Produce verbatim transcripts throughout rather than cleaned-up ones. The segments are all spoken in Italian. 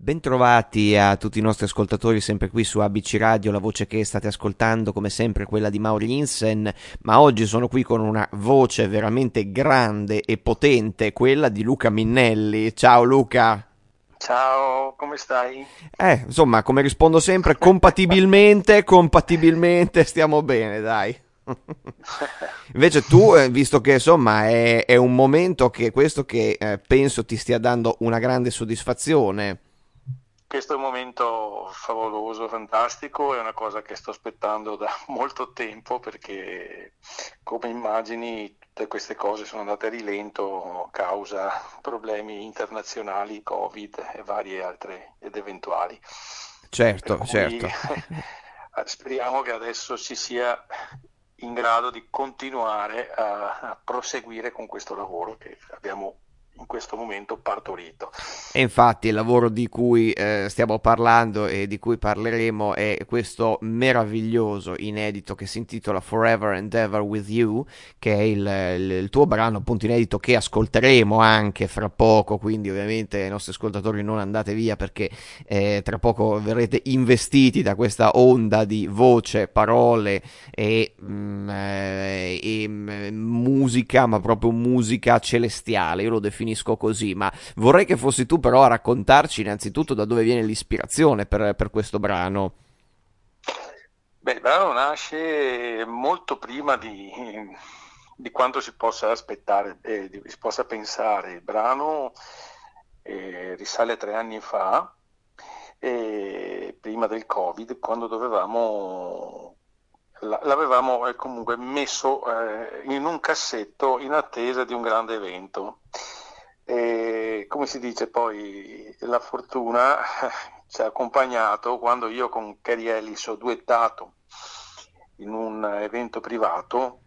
Bentrovati a tutti i nostri ascoltatori sempre qui su A B C Radio, la voce che state ascoltando come sempre è quella di Mauro Linsen, ma oggi sono qui con una voce veramente grande e potente, quella di Luca Minnelli. Ciao Luca! Ciao, come stai? Eh, insomma, come rispondo sempre, compatibilmente, compatibilmente stiamo bene, dai. Invece tu, eh, visto che insomma è, è un momento che questo che eh, penso ti stia dando una grande soddisfazione. Questo è un momento favoloso, fantastico, è una cosa che sto aspettando da molto tempo perché, come immagini, tutte queste cose sono andate a rilento a causa problemi internazionali, Covid e varie altre ed eventuali. Per Certo, cui certo. speriamo che adesso si sia in grado di continuare a, a proseguire con questo lavoro che abbiamo in questo momento partorito. E infatti il lavoro di cui eh, stiamo parlando e di cui parleremo è questo meraviglioso inedito che si intitola Forever and Ever With You, che è il, il- il tuo brano appunto inedito che ascolteremo anche fra poco, quindi ovviamente ai nostri ascoltatori non andate via perché eh, tra poco verrete investiti da questa onda di voce, parole e, mm, eh, e, mm, musica, ma proprio musica celestiale, io lo definisco così, ma vorrei che fossi tu però a raccontarci innanzitutto da dove viene l'ispirazione per, per questo brano. Beh, il brano nasce molto prima di, di quanto si possa aspettare, eh, di- si possa pensare. Il brano eh, risale a tre anni fa, eh, prima del Covid, quando dovevamo, la- l'avevamo eh, comunque messo eh, in un cassetto in attesa di un grande evento. E, come si dice poi, la fortuna ci ha accompagnato quando io con Kerry Ellis ho duettato in un evento privato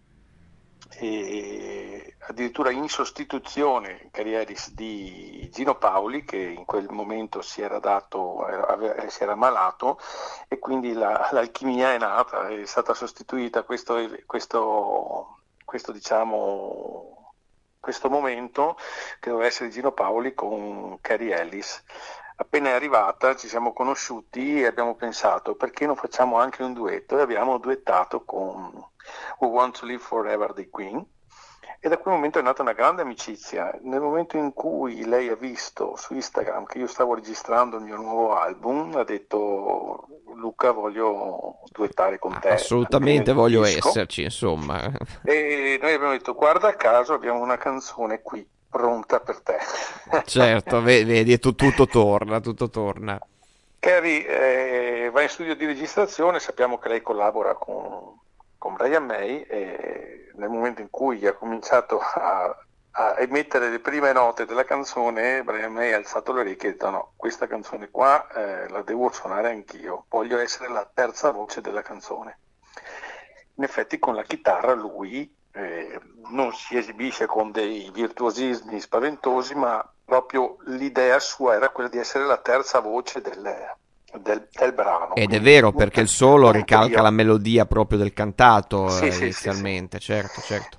e addirittura in sostituzione Kerry Ellis di Gino Paoli che in quel momento si era dato, ave- si era malato e quindi la- l'alchimia è nata, è stata sostituita questo, questo, questo diciamo questo momento che doveva essere Gino Paoli con Kerry Ellis. Appena è arrivata ci siamo conosciuti e abbiamo pensato perché non facciamo anche un duetto e abbiamo duettato con We Want to Live Forever dei Queen e da quel momento è nata una grande amicizia. Nel momento in cui lei ha visto su Instagram che io stavo registrando il mio nuovo album, ha detto Luca voglio duettare con Ah, te anche assolutamente nel voglio disco. esserci, insomma. E noi abbiamo detto, guarda caso, abbiamo una canzone qui pronta per te. Certo, ve- vedi, tu- tutto torna, tutto torna. Carrie eh, va in studio di registrazione, sappiamo che lei collabora con, con Brian May e nel momento in cui ha cominciato a, a emettere le prime note della canzone, Brian May ha alzato le orecchie e ha detto no, questa canzone qua eh, la devo suonare anch'io, voglio essere la terza voce della canzone. In effetti con la chitarra lui eh, non si esibisce con dei virtuosismi spaventosi, ma proprio l'idea sua era quella di essere la terza voce del, del- del brano, Ed è quindi vero un, perché il solo un ricalca la trio. melodia proprio del cantato Sì, eh, sì, sì, sì. inizialmente, certo, certo.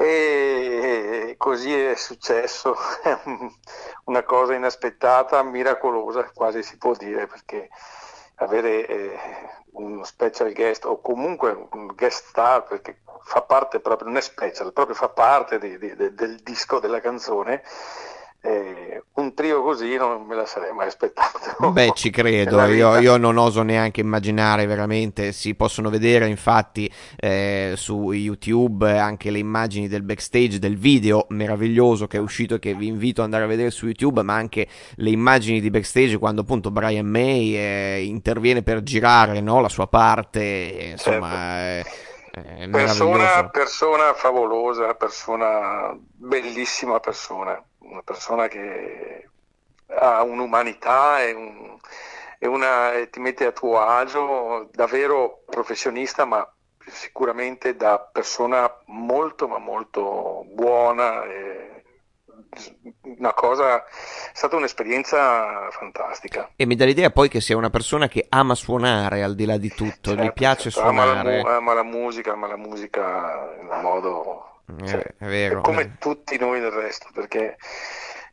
E così è successo, è un- una cosa inaspettata, miracolosa, quasi si può dire, perché avere eh, uno special guest o comunque un guest star, perché fa parte proprio, non è special, proprio fa parte di- di- de- del disco, della canzone, eh, un trio così non me la sarei mai aspettato Beh, ci credo, nella io, vita. io non oso neanche immaginare veramente, si possono vedere infatti eh, su YouTube anche le immagini del backstage del video meraviglioso che è uscito e che vi invito ad andare a vedere su YouTube, ma anche le immagini di backstage quando appunto Brian May eh, interviene per girare, no, la sua parte, e, Certo. insomma è, è Persona, meraviglioso. persona favolosa, persona, bellissima persona, una persona che ha un'umanità e, un- e una, e ti mette a tuo agio, davvero professionista, ma sicuramente da persona molto, ma molto buona. E una cosa, è stata un'esperienza fantastica. E mi dà l'idea poi che sia una persona che ama suonare al di là di tutto, gli Certo, piace certo, ama la, mu- suonare. ama la musica, ama la musica in un modo, È, cioè, è è vero. come tutti noi del resto, perché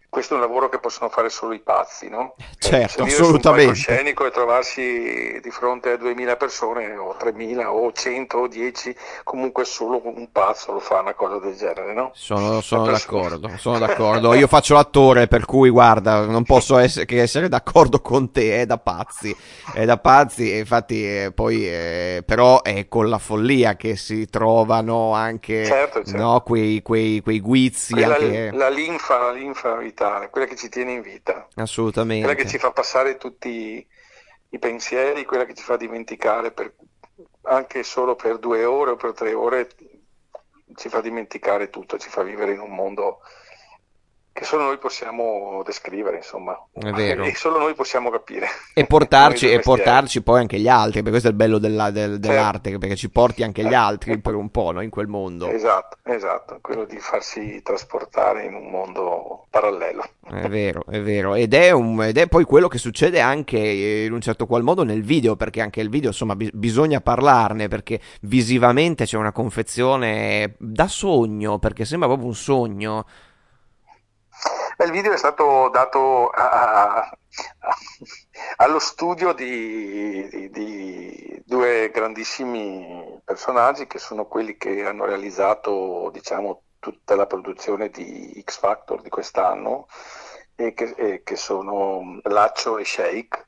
questo è un lavoro che possono fare solo i pazzi, no? Cioè, Certo, salire su un assolutamente. palcoscenico e trovarsi di fronte a duemila persone, o tremila, o cento, o dieci, comunque solo un pazzo lo fa una cosa del genere, no? Sono, La sono persona... d'accordo, sono d'accordo. Io faccio l'attore, per cui guarda, non posso essere, che essere d'accordo con te, è da pazzi, è da pazzi, e infatti eh, poi eh, però è con la follia che si trovano anche, Certo, no, certo. quei, quei, quei guizzi, Quella, anche la linfa, la linfa vitale, quella che ci tiene in vita, quella che assolutamente. ci fa passare tutti i pensieri, quella che ci fa dimenticare per- anche solo per due ore o per tre ore, ci fa dimenticare tutto, ci fa vivere in un mondo che solo noi possiamo descrivere, insomma, È e vero. solo noi possiamo capire, E noi portarci, del e mestiere. portarci poi anche gli altri, perché questo è il bello della- del- Certo. dell'arte, perché ci porti anche gli Eh, altri e per poi- un po', no, in quel mondo. esatto, esatto, quello di farsi trasportare in un mondo parallelo. È vero, è vero, ed è, un- ed è poi quello che succede anche eh, in un certo qual modo nel video, perché anche il video, insomma, bis- bisogna parlarne, perché visivamente c'è una confezione da sogno, perché sembra proprio un sogno. Beh, il video è stato dato a- a- allo studio di, di- di due grandissimi personaggi che sono quelli che hanno realizzato, diciamo, tutta la produzione di X Factor di quest'anno e che, e che sono Laccio e Shake.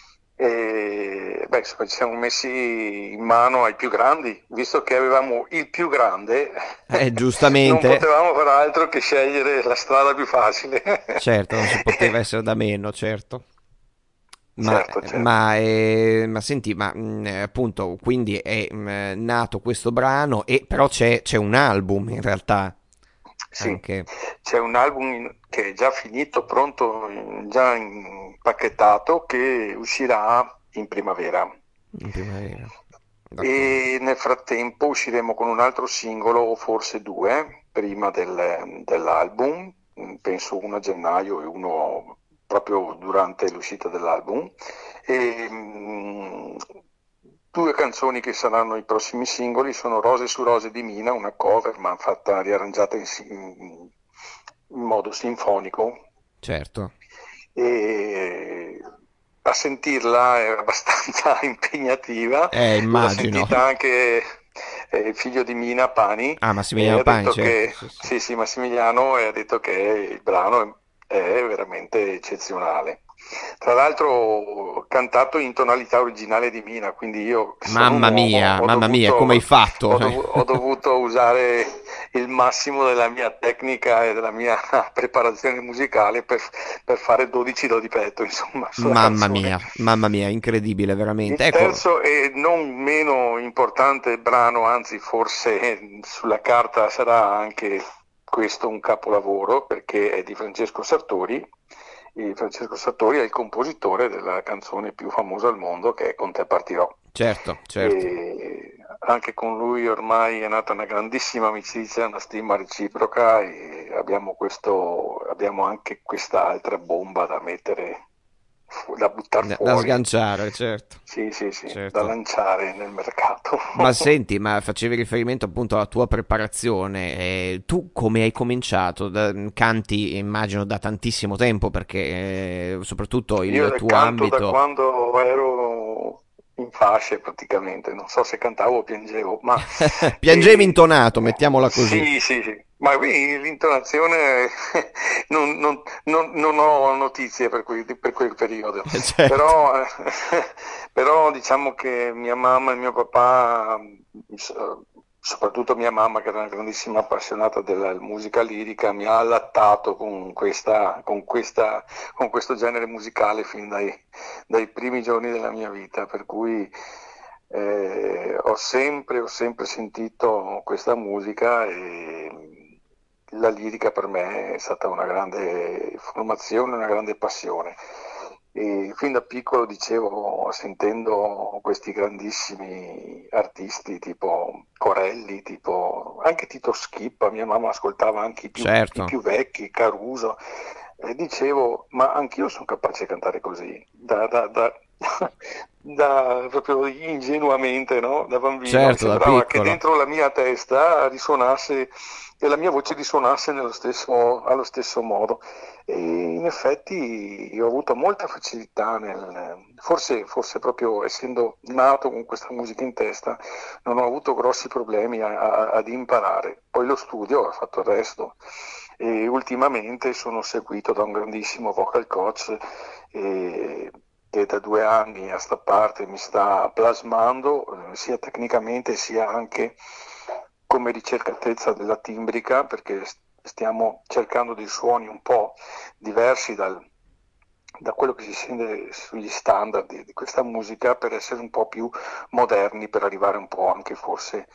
E, beh, insomma, ci siamo messi in mano ai più grandi, visto che avevamo il più grande, Eh, non giustamente, potevamo far altro che scegliere la strada più facile. certo, non ci poteva essere da meno, certo. Ma, Certo, certo. ma, eh, ma senti, ma mh, eh, appunto, quindi è mh, nato questo brano, e però c'è, c'è un album in realtà Sì, anche c'è un album in- che è già finito, pronto, in- già impacchettato, che uscirà in primavera. in primavera. D'accordo. E nel frattempo usciremo con un altro singolo, o forse due, prima del- dell'album, mm, penso uno a gennaio e uno proprio durante l'uscita dell'album. E, mm, due canzoni che saranno i prossimi singoli sono Rose su Rose di Mina, una cover ma fatta, riarrangiata in, si- in- in modo sinfonico, Certo. e a sentirla è abbastanza impegnativa. Eh, L'ha immagino. sentita anche eh, il figlio di Mina, Pani, Ah, e Massimiliano ha Pani, detto certo, che, sì, sì. sì, sì, Massimiliano, e ha detto che il brano è, è veramente eccezionale. Tra l'altro cantato in tonalità originale di Mina, quindi io che sono un Mamma uomo mia, ho mamma mia, come hai dovuto, fatto? ho dovu- ho dovuto usare il massimo della mia tecnica e della mia preparazione musicale per, per fare dodici do di petto, insomma, sulla Mamma canzone. mia, mamma mia, incredibile, veramente. Il Ecco, terzo e non meno importante brano, anzi forse sulla carta sarà anche questo un capolavoro, perché è di Francesco Sartori. E Francesco Sartori è il compositore della canzone più famosa al mondo, che è Con te partirò. certo, certo. E anche con lui ormai è nata una grandissima amicizia, una stima reciproca, e abbiamo questo, abbiamo anche questa altra bomba da mettere, fu- da buttare Da, da fuori. sganciare, certo, Sì, sì, sì, da certo. lanciare nel mercato. Ma senti, ma facevi riferimento appunto alla tua preparazione. Eh, tu come hai cominciato? Da- canti, immagino, da tantissimo tempo, perché eh, soprattutto Io il le tuo canto da ambito. quando ero in fasce praticamente, non so se cantavo o piangevo, ma Piangevi eh, intonato, mettiamola così. sì, sì, sì. Ma qui l'intonazione non, non- non- non ho notizie per quel, per quel periodo, Certo, però, eh, però diciamo che mia mamma e mio papà, s- soprattutto mia mamma che era una grandissima appassionata della musica lirica, mi ha allattato con questa, con questa, con questo genere musicale fin dai, dai primi giorni della mia vita, per cui eh, ho sempre, ho sempre sentito questa musica, e la lirica per me è stata una grande formazione, una grande passione. E fin da piccolo dicevo, sentendo questi grandissimi artisti tipo Corelli, tipo anche Tito Schippa, mia mamma ascoltava anche i più, i certo. più vecchi, Caruso, e dicevo, ma anch'io sono capace di cantare così, da, da- da- da- proprio ingenuamente, no? Da bambino, mi Certo, da sembrava che piccolo. dentro la mia testa risuonasse e la mia voce risuonasse nello stesso, allo stesso modo. E in effetti io ho avuto molta facilità nel, forse, forse proprio essendo nato con questa musica in testa, non ho avuto grossi problemi a- a- ad imparare. Poi lo studio ha fatto il resto. E ultimamente sono seguito da un grandissimo vocal coach e, che da due anni a sta parte mi sta plasmando, eh, sia tecnicamente sia anche come ricercatezza della timbrica, perché s- stiamo cercando dei suoni un po' diversi dal- da quello che si sente sugli standard di, di questa musica, per essere un po' più moderni, per arrivare un po' anche forse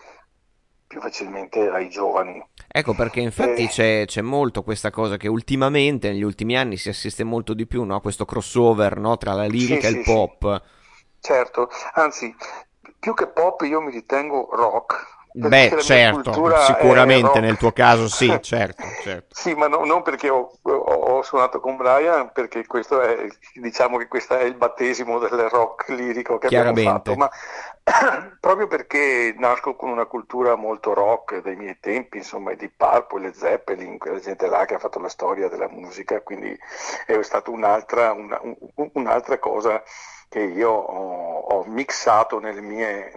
più facilmente ai giovani. Ecco perché infatti Eh, c'è, c'è molto questa cosa che ultimamente, negli ultimi anni, si assiste molto di più, no, a questo crossover, no, tra la sì, lirica e il sì, sì, pop. certo, anzi, più che pop io mi ritengo rock, perché Beh, la mia certo, cultura è, è sicuramente nel tuo rock. caso sì, certo, certo. Sì, ma no- non perché ho, ho- ho suonato con Brian, perché questo è, diciamo che questo è il battesimo del rock lirico che abbiamo fatto, Chiaramente. ma proprio perché nasco con una cultura molto rock dei miei tempi, insomma, i Deep Purple, le Zeppelin, quella gente là che ha fatto la storia della musica, quindi è stata un'altra, una- un- un'altra cosa che io ho, ho mixato nelle mie,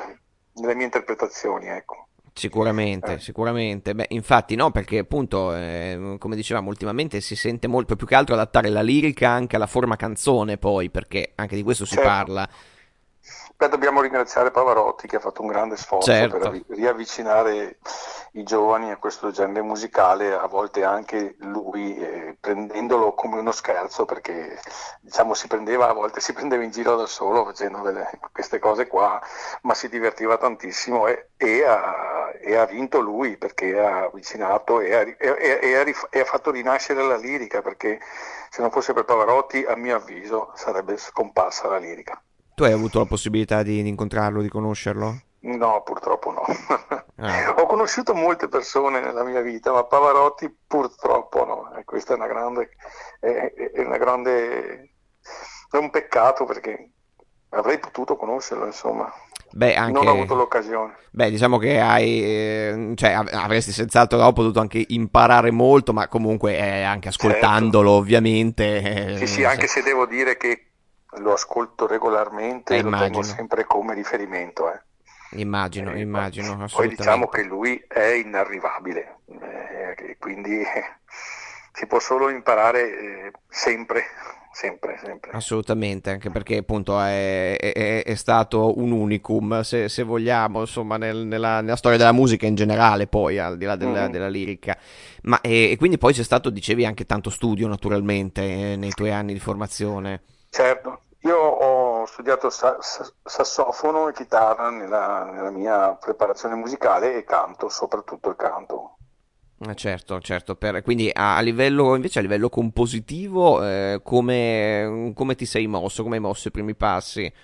nelle mie interpretazioni, ecco. Sicuramente, Eh, sicuramente. Beh, infatti no, perché appunto, eh, come dicevamo, ultimamente si sente molto più che altro adattare la lirica anche alla forma canzone, poi, perché anche di questo si certo. parla. Beh, dobbiamo ringraziare Pavarotti che ha fatto un grande sforzo per Certo. avi- riavvicinare i giovani a questo genere musicale, a volte anche lui eh, prendendolo come uno scherzo, perché diciamo si prendeva, a volte si prendeva in giro da solo facendo delle- queste cose qua, ma si divertiva tantissimo e, e ha, e ha vinto lui perché ha avvicinato e ha, ri- e- e- e ha rif- e ha fatto rinascere la lirica, perché se non fosse per Pavarotti, a mio avviso, sarebbe scomparsa la lirica. Tu hai avuto la possibilità di, di incontrarlo, di conoscerlo? No, purtroppo no. Ah. Ho conosciuto molte persone nella mia vita, ma Pavarotti purtroppo no. E questa è una grande, è, è una grande, è un peccato perché avrei potuto conoscerlo, insomma. Beh, Non ho avuto anche... l'occasione. Beh, diciamo che hai... eh, cioè, av- avresti senz'altro no, potuto anche imparare molto, ma comunque eh, anche Certo. ascoltandolo, ovviamente... Sì, sì, eh, anche se- se devo dire che lo ascolto eh, regolarmente e lo tengo immagino, sempre come riferimento, eh. immagino, Eh, poi, immagino, poi diciamo assolutamente. che lui è inarrivabile, eh, e quindi eh, si può solo imparare eh, sempre, sempre, sempre. Assolutamente, anche perché appunto è, è- è stato un unicum, se, se vogliamo, insomma, nel- nella, nella storia della musica in generale, poi al di là della, Mhm. della lirica. Ma e, e quindi poi c'è stato, dicevi, anche tanto studio, naturalmente, eh, nei tuoi anni di formazione. Certo, io ho studiato sa- sa- sassofono e chitarra nella, nella mia preparazione musicale e canto, soprattutto il canto. Eh, Certo, certo, per- quindi a, a livello, invece a livello compositivo, eh, come, come ti sei mosso, come hai mosso i primi passi?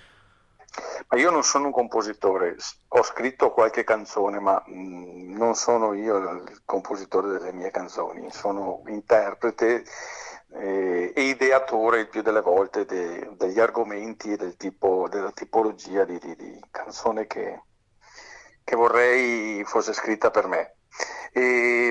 Ma io non sono un compositore, s- ho scritto qualche canzone, ma mh, non sono io il compositore delle mie canzoni, sono interprete eh, e ideatore il più delle volte de- degli argomenti e del tipo, della tipologia di, di- di canzone che, che vorrei fosse scritta per me. E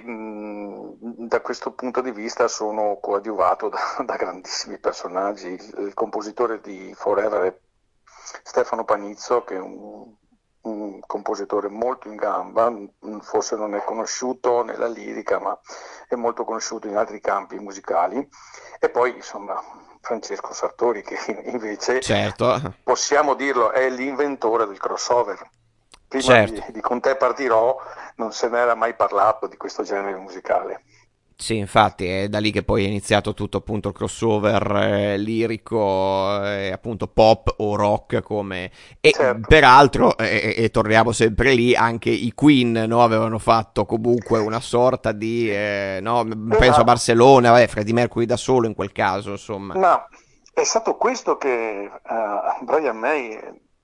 mh, da questo punto di vista sono coadiuvato da, da grandissimi personaggi. Il, il compositore di Forever è Stefano Panizzo, che è un, un compositore molto in gamba, mh, forse non è conosciuto nella lirica, ma è molto conosciuto in altri campi musicali. E poi, insomma, Francesco Sartori, che invece Certo, possiamo dirlo, è l'inventore del crossover. Prima di, certo. di Con te partirò non se n'era mai parlato di questo genere musicale. Sì, infatti è da lì che poi è iniziato tutto appunto il crossover eh, lirico, eh, appunto pop o rock come... E Certo, peraltro, eh, e, e torniamo sempre lì, anche i Queen no, avevano fatto comunque una sorta di... eh, no, penso a esatto. Barcellona, vabbè, Freddie Mercury da solo in quel caso, insomma. Ma è stato questo che eh, Brian May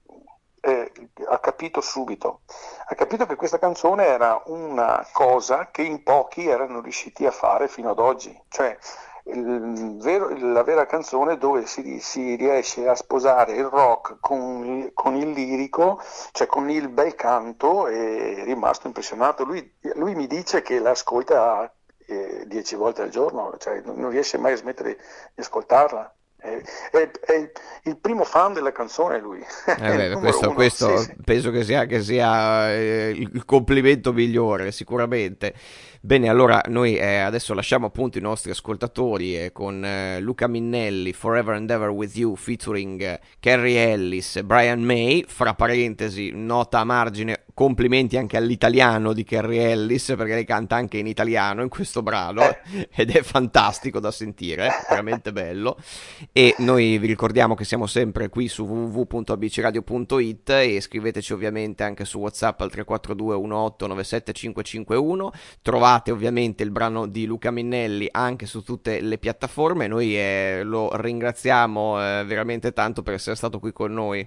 eh, ha capito subito. Ha capito che questa canzone era una cosa che in pochi erano riusciti a fare fino ad oggi. Cioè, il vero- la vera canzone dove si, si riesce a sposare il rock con, con il lirico, cioè con il bel canto, e è rimasto impressionato. Lui, lui mi dice che l'ascolta eh, dieci volte al giorno, cioè non non riesce mai a smettere di ascoltarla. È, è- è il primo fan della canzone lui, è Eh il beh, numero questo, uno, sì, questo sì. penso che sia, che sia eh, il il complimento migliore, sicuramente. Bene, allora noi eh, adesso lasciamo appunto i nostri ascoltatori eh, con eh, Luca Minnelli, Forever and Ever With You, featuring eh, Carrie Ellis e Brian May, fra parentesi, nota a margine, complimenti anche all'italiano di Carrie Ellis, perché lei canta anche in italiano in questo brano, Eh. ed è fantastico da sentire, veramente bello. E noi vi ricordiamo che siamo sempre qui su w w w punto a b c radio punto i t e scriveteci ovviamente anche su WhatsApp al tre quattro due uno otto nove sette cinque cinque uno. Trovate ovviamente il brano di Luca Minnelli anche su tutte le piattaforme. Noi eh, lo ringraziamo eh, veramente tanto per essere stato qui con noi.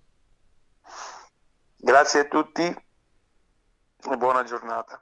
Grazie a tutti e buona giornata.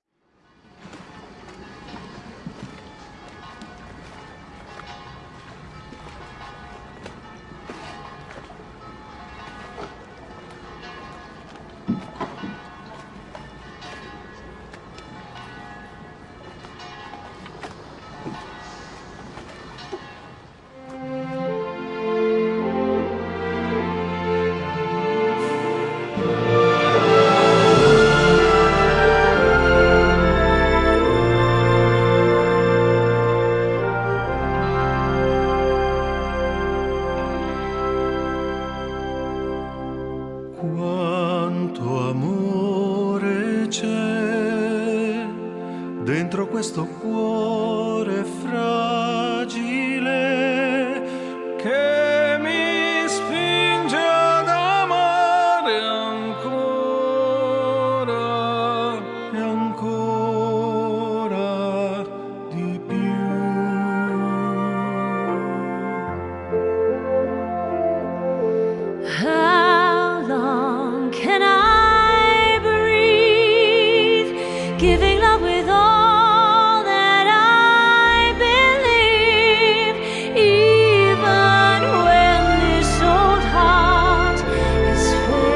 Quanto amore c'è dentro questo cuore fragile che mi spinge ad amare ancora e ancora di più. How long can I breathe, giving love with all that I believe, even when this old heart is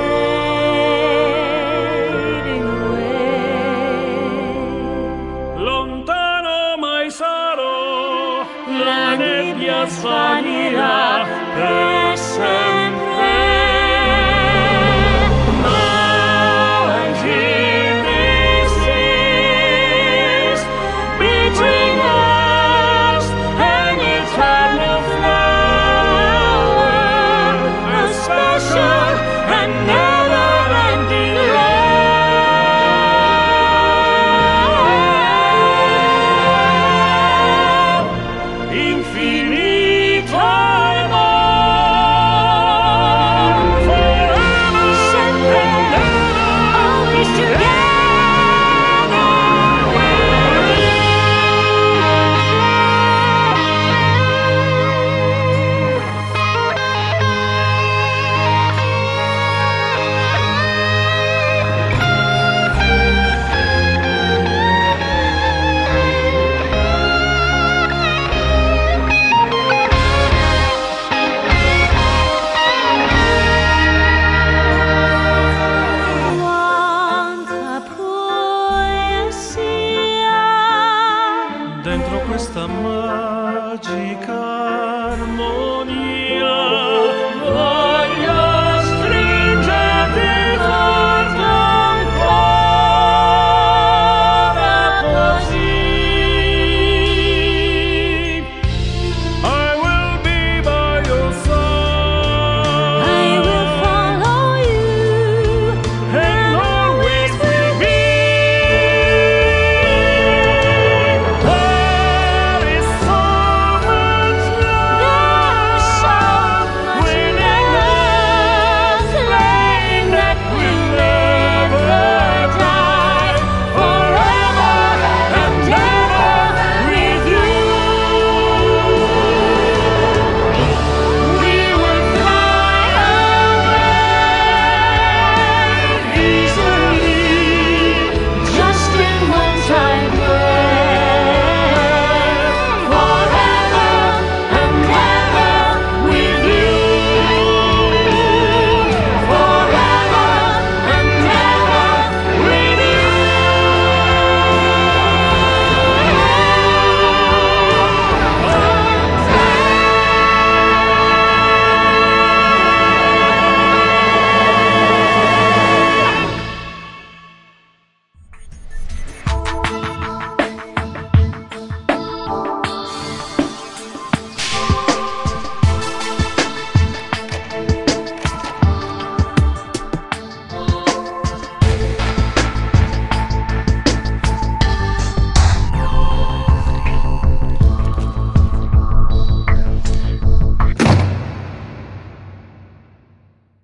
fading away? Lontano mai sarò, la nebbia svanirà per sempre. Now and here this is between us an eternal flower, a special and never-ending love, infinito amor, forever Sempre, and ever, always together. Quanta poesia dentro questa magica armonia.